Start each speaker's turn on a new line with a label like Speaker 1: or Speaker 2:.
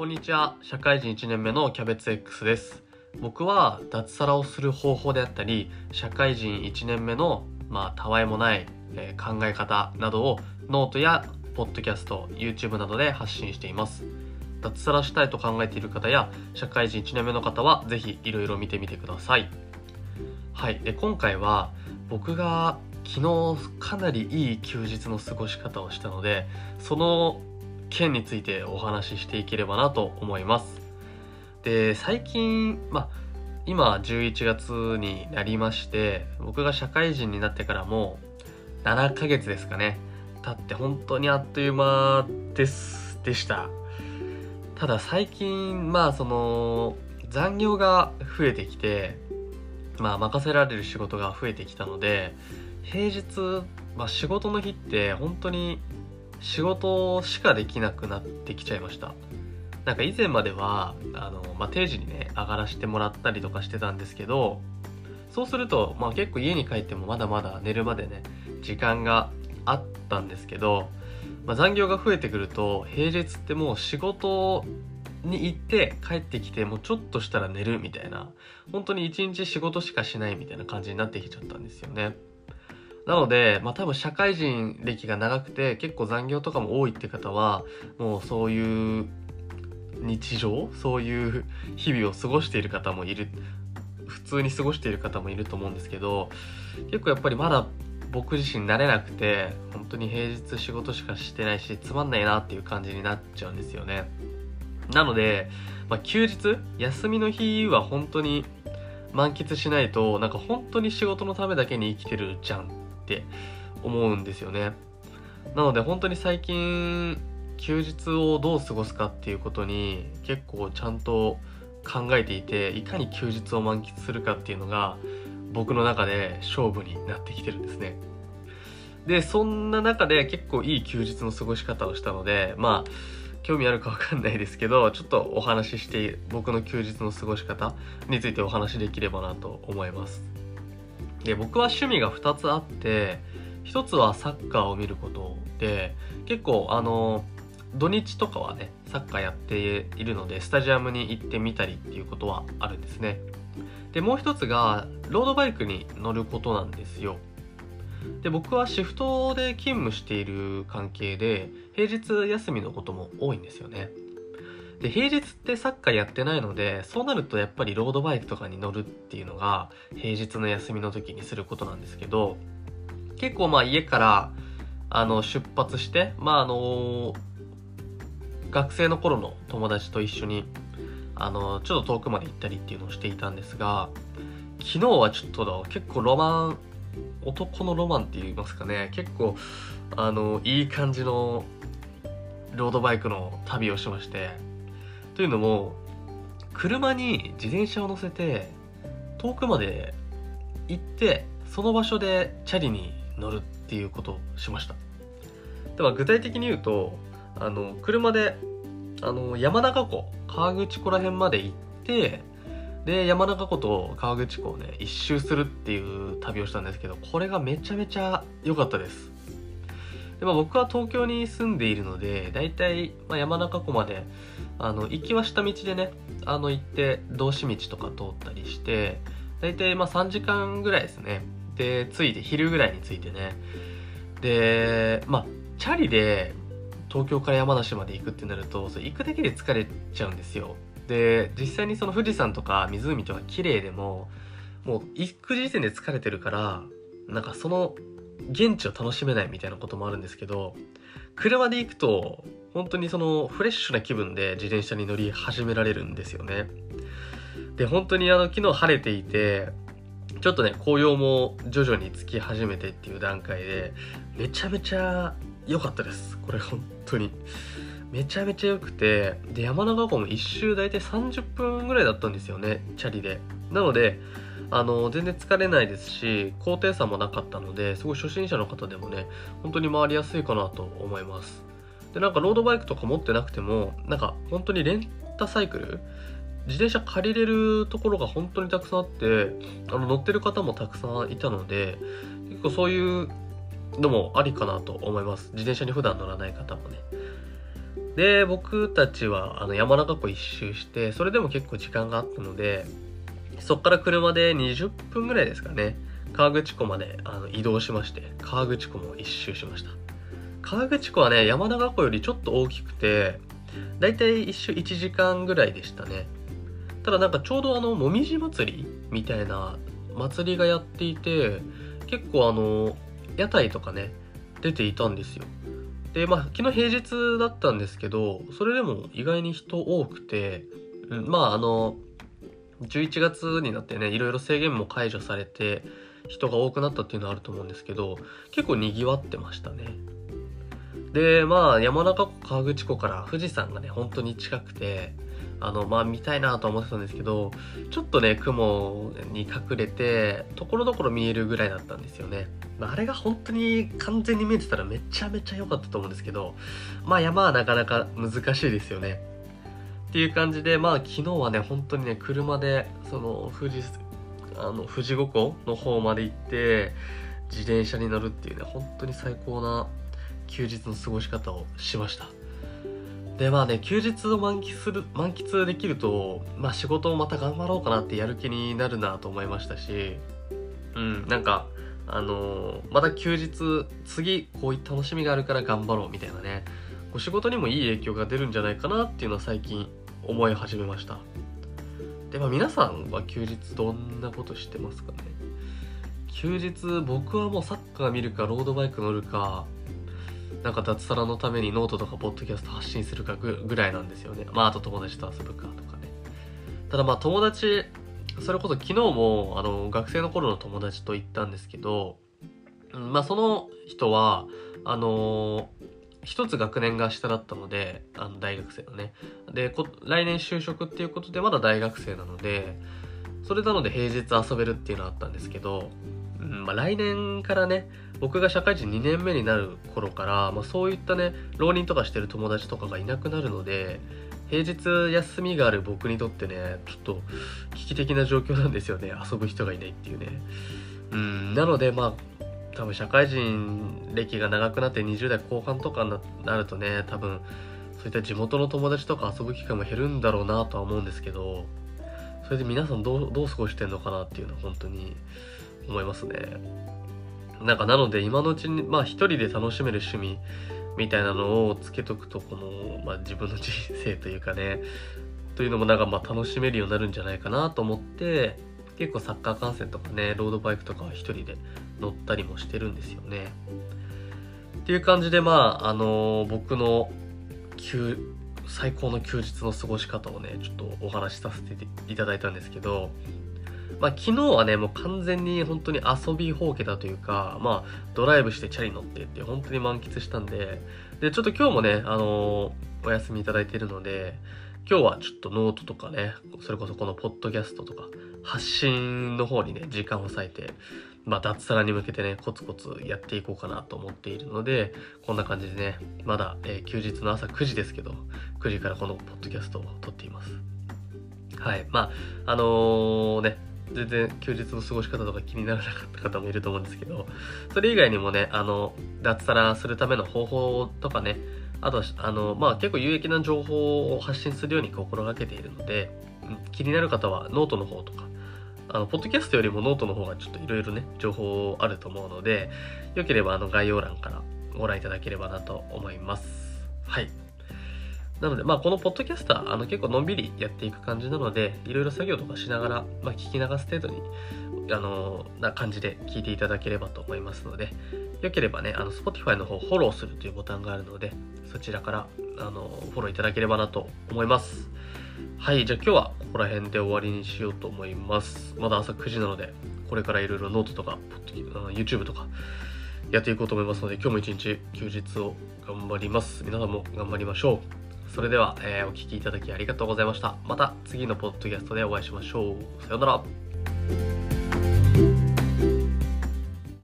Speaker 1: こんにちは。社会人1年目のキャベツ X です。僕は脱サラをする方法であったり、社会人1年目のたわいもない、考え方などをノートやポッドキャスト、YouTube などで発信しています。脱サラしたいと考えている方や社会人1年目の方はぜひいろいろ見てみてください。はい。で、今回は僕が昨日かなりいい休日の過ごし方をしたので、その件についてお話ししていければなと思います。で、最近、今11月になりまして、僕が社会人になってからもう7ヶ月ですかね、経って本当にあっという間でした。ただ最近、残業が増えてきて、任せられる仕事が増えてきたので、平日、仕事の日って本当に仕事しかできなくなってきちゃいました。なんか以前までは定時にね上がらせてもらったりとかしてたんですけど、そうすると結構家に帰ってもまだまだ寝るまでね時間があったんですけど、残業が増えてくると平日ってもう仕事に行って帰ってきてもうちょっとしたら寝るみたいな、本当に一日仕事しかしないみたいな感じになってきちゃったんですよね。なので、多分社会人歴が長くて結構残業とかも多いって方は、もうそういう日常、そういう日々を過ごしている方もいる、普通に過ごしている方もいると思うんですけど、結構やっぱりまだ僕自身慣れなくて、本当に平日仕事しかしてないし、つまんないなっていう感じになっちゃうんですよね。なので、休日、休みの日は本当に満喫しないと、なんか本当に仕事のためだけに生きてるじゃんって思うんですよね。なので本当に最近休日をどう過ごすかっていうことに結構ちゃんと考えていて、いかに休日を満喫するかっていうのが僕の中で勝負になってきてるんですね。で、そんな中で結構いい休日の過ごし方をしたので、興味あるかわかんないですけど、ちょっとお話しして僕の休日の過ごし方についてお話しできればなと思います。で、僕は趣味が2つあって、1つはサッカーを見ることで、結構土日とかはねサッカーやっているのでスタジアムに行ってみたりっていうことはあるんですね。で、もう1つがロードバイクに乗ることなんですよ。で、僕はシフトで勤務している関係で平日休みのことも多いんですよね。で、平日ってサッカーやってないので、そうなるとやっぱりロードバイクとかに乗るっていうのが平日の休みの時にすることなんですけど、結構家から出発して、学生の頃の友達と一緒にちょっと遠くまで行ったりっていうのをしていたんですが、昨日はちょっと結構男のロマンって言いますかね、結構いい感じのロードバイクの旅をしまして、というのも車に自転車を乗せて遠くまで行って、その場所でチャリに乗るっていうことをしました。では具体的に言うと、車で山中湖、河口湖ら辺まで行って、で山中湖と河口湖をね一周するっていう旅をしたんですけど、これがめちゃめちゃ良かったです。で、僕は東京に住んでいるので、だいたい山中湖まで行きは下道でね行って道志道とか通ったりして、だいたい3時間ぐらいですね。で、着いて昼ぐらいに着いてね、でチャリで東京から山梨まで行くってなると、行くだけで疲れちゃうんですよ。で、実際にその富士山とか湖とか綺麗でも、もう行く時点で疲れてるから、なんかその現地を楽しめないみたいなこともあるんですけど、車で行くと本当にそのフレッシュな気分で自転車に乗り始められるんですよね。で、本当に昨日晴れていて、ちょっとね紅葉も徐々につき始めてっていう段階で、めちゃめちゃ良かったです。これ本当にめちゃめちゃ良くて、で山中湖も一周だいたい30分ぐらいだったんですよね、チャリで。なので全然疲れないですし、高低差もなかったので、すごい初心者の方でもね本当に回りやすいかなと思います。で、なんかロードバイクとか持ってなくても、なんか本当にレンタサイクル、自転車借りれるところが本当にたくさんあって、乗ってる方もたくさんいたので、結構そういうのもありかなと思います。自転車に普段乗らない方もね。 で、僕たちは山中湖一周して、それでも結構時間があったので、そっから車で20分ぐらいですかね、河口湖まで移動しまして、河口湖も一周しました。河口湖はね、山中湖よりちょっと大きくて、だいたい一周1時間ぐらいでしたね。ただなんかちょうどもみじ祭りみたいな祭りがやっていて、結構屋台とかね、出ていたんですよ。で、まあ昨日平日だったんですけど、それでも意外に人多くて、まあ11月になってね、いろいろ制限も解除されて、人が多くなったっていうのはあると思うんですけど、結構賑わってましたね。で、まあ山中湖河口湖から富士山がね、本当に近くて、まあ見たいなと思ってたんですけど、ちょっとね、雲に隠れて、ところどころ見えるぐらいだったんですよね。まあ、あれが本当に完全に見えてたらめちゃめちゃ良かったと思うんですけど、まあ山はなかなか難しいですよね。っていう感じで、まあ昨日はね、本当にね、車で、富士五湖の方まで行って、自転車に乗るっていうね、本当に最高な休日の過ごし方をしました。で、まあね、休日を満喫できると、まあ仕事をまた頑張ろうかなってやる気になるなと思いましたし、なんか、また休日、次こういう楽しみがあるから頑張ろうみたいなね、仕事にもいい影響が出るんじゃないかなっていうのは最近思い始めました。で、まあ皆さんは休日どんなことしてますかね。休日、僕はもうサッカー見るか、ロードバイク乗るか、なんか脱サラのためにノートとかポッドキャスト発信するかぐらいなんですよね。まああと友達と遊ぶかとかね。ただまあ友達、それこそ昨日も学生の頃の友達と行ったんですけど、まあその人は一つ学年が下だったので、大学生のね。で、来年就職っていうことでまだ大学生なので、それなので平日遊べるっていうのはあったんですけど、まあ来年からね、僕が社会人2年目になる頃から、まあそういったね、浪人とかしてる友達とかがいなくなるので、平日休みがある僕にとってね、ちょっと危機的な状況なんですよね。遊ぶ人がいないっていうね。なのでまあ、多分社会人歴が長くなって20代後半とかになるとね、多分そういった地元の友達とか遊ぶ機会も減るんだろうなとは思うんですけど、それで皆さんどう過ごしてんのかなっていうのは本当に思いますね。なので今のうちにまあ一人で楽しめる趣味みたいなのをつけとくと、まあ自分の人生というかね、というのもまあ楽しめるようになるんじゃないかなと思って、結構サッカー観戦とかね、ロードバイクとかは一人で乗ったりもしてるんですよね。っていう感じでまあ僕の最高の休日の過ごし方をね、ちょっとお話しさせていただいたんですけど、まあ昨日はね、もう完全に本当に遊びほうけたというか、まあドライブしてチャリ乗ってって本当に満喫したんで、ちょっと今日もね、お休みいただいているので、今日はちょっとノートとかね、それこそこのポッドキャストとか発信の方にね、時間を割いて、まあ脱サラに向けてね、コツコツやっていこうかなと思っているので、こんな感じでね、まだ、休日の朝9時ですけど、9時からこのポッドキャストを撮っています。はい。まあ、ね、全然休日の過ごし方とか気にならなかった方もいると思うんですけど、それ以外にもね、脱サラするための方法とかね、あと、まあ結構有益な情報を発信するように心がけているので、気になる方はノートの方とか、ポッドキャストよりもノートの方がちょっといろいろね、情報あると思うので、よければ概要欄からご覧いただければなと思います。はい。なので、まあこのポッドキャストは結構のんびりやっていく感じなので、いろいろ作業とかしながら、まあ聞き流す程度に、な感じで聞いていただければと思いますので、よければね、Spotify の方フォローするというボタンがあるので、そちらから、フォローいただければなと思います。はい、じゃあ今日はここら辺で終わりにしようと思います。まだ朝9時なので、これからいろいろノートとか、YouTube とかやっていこうと思いますので、今日も一日休日を頑張ります。皆さんも頑張りましょう。それでは、お聞きいただきありがとうございました。また次のポッドキャストでお会いしましょう。さようなら。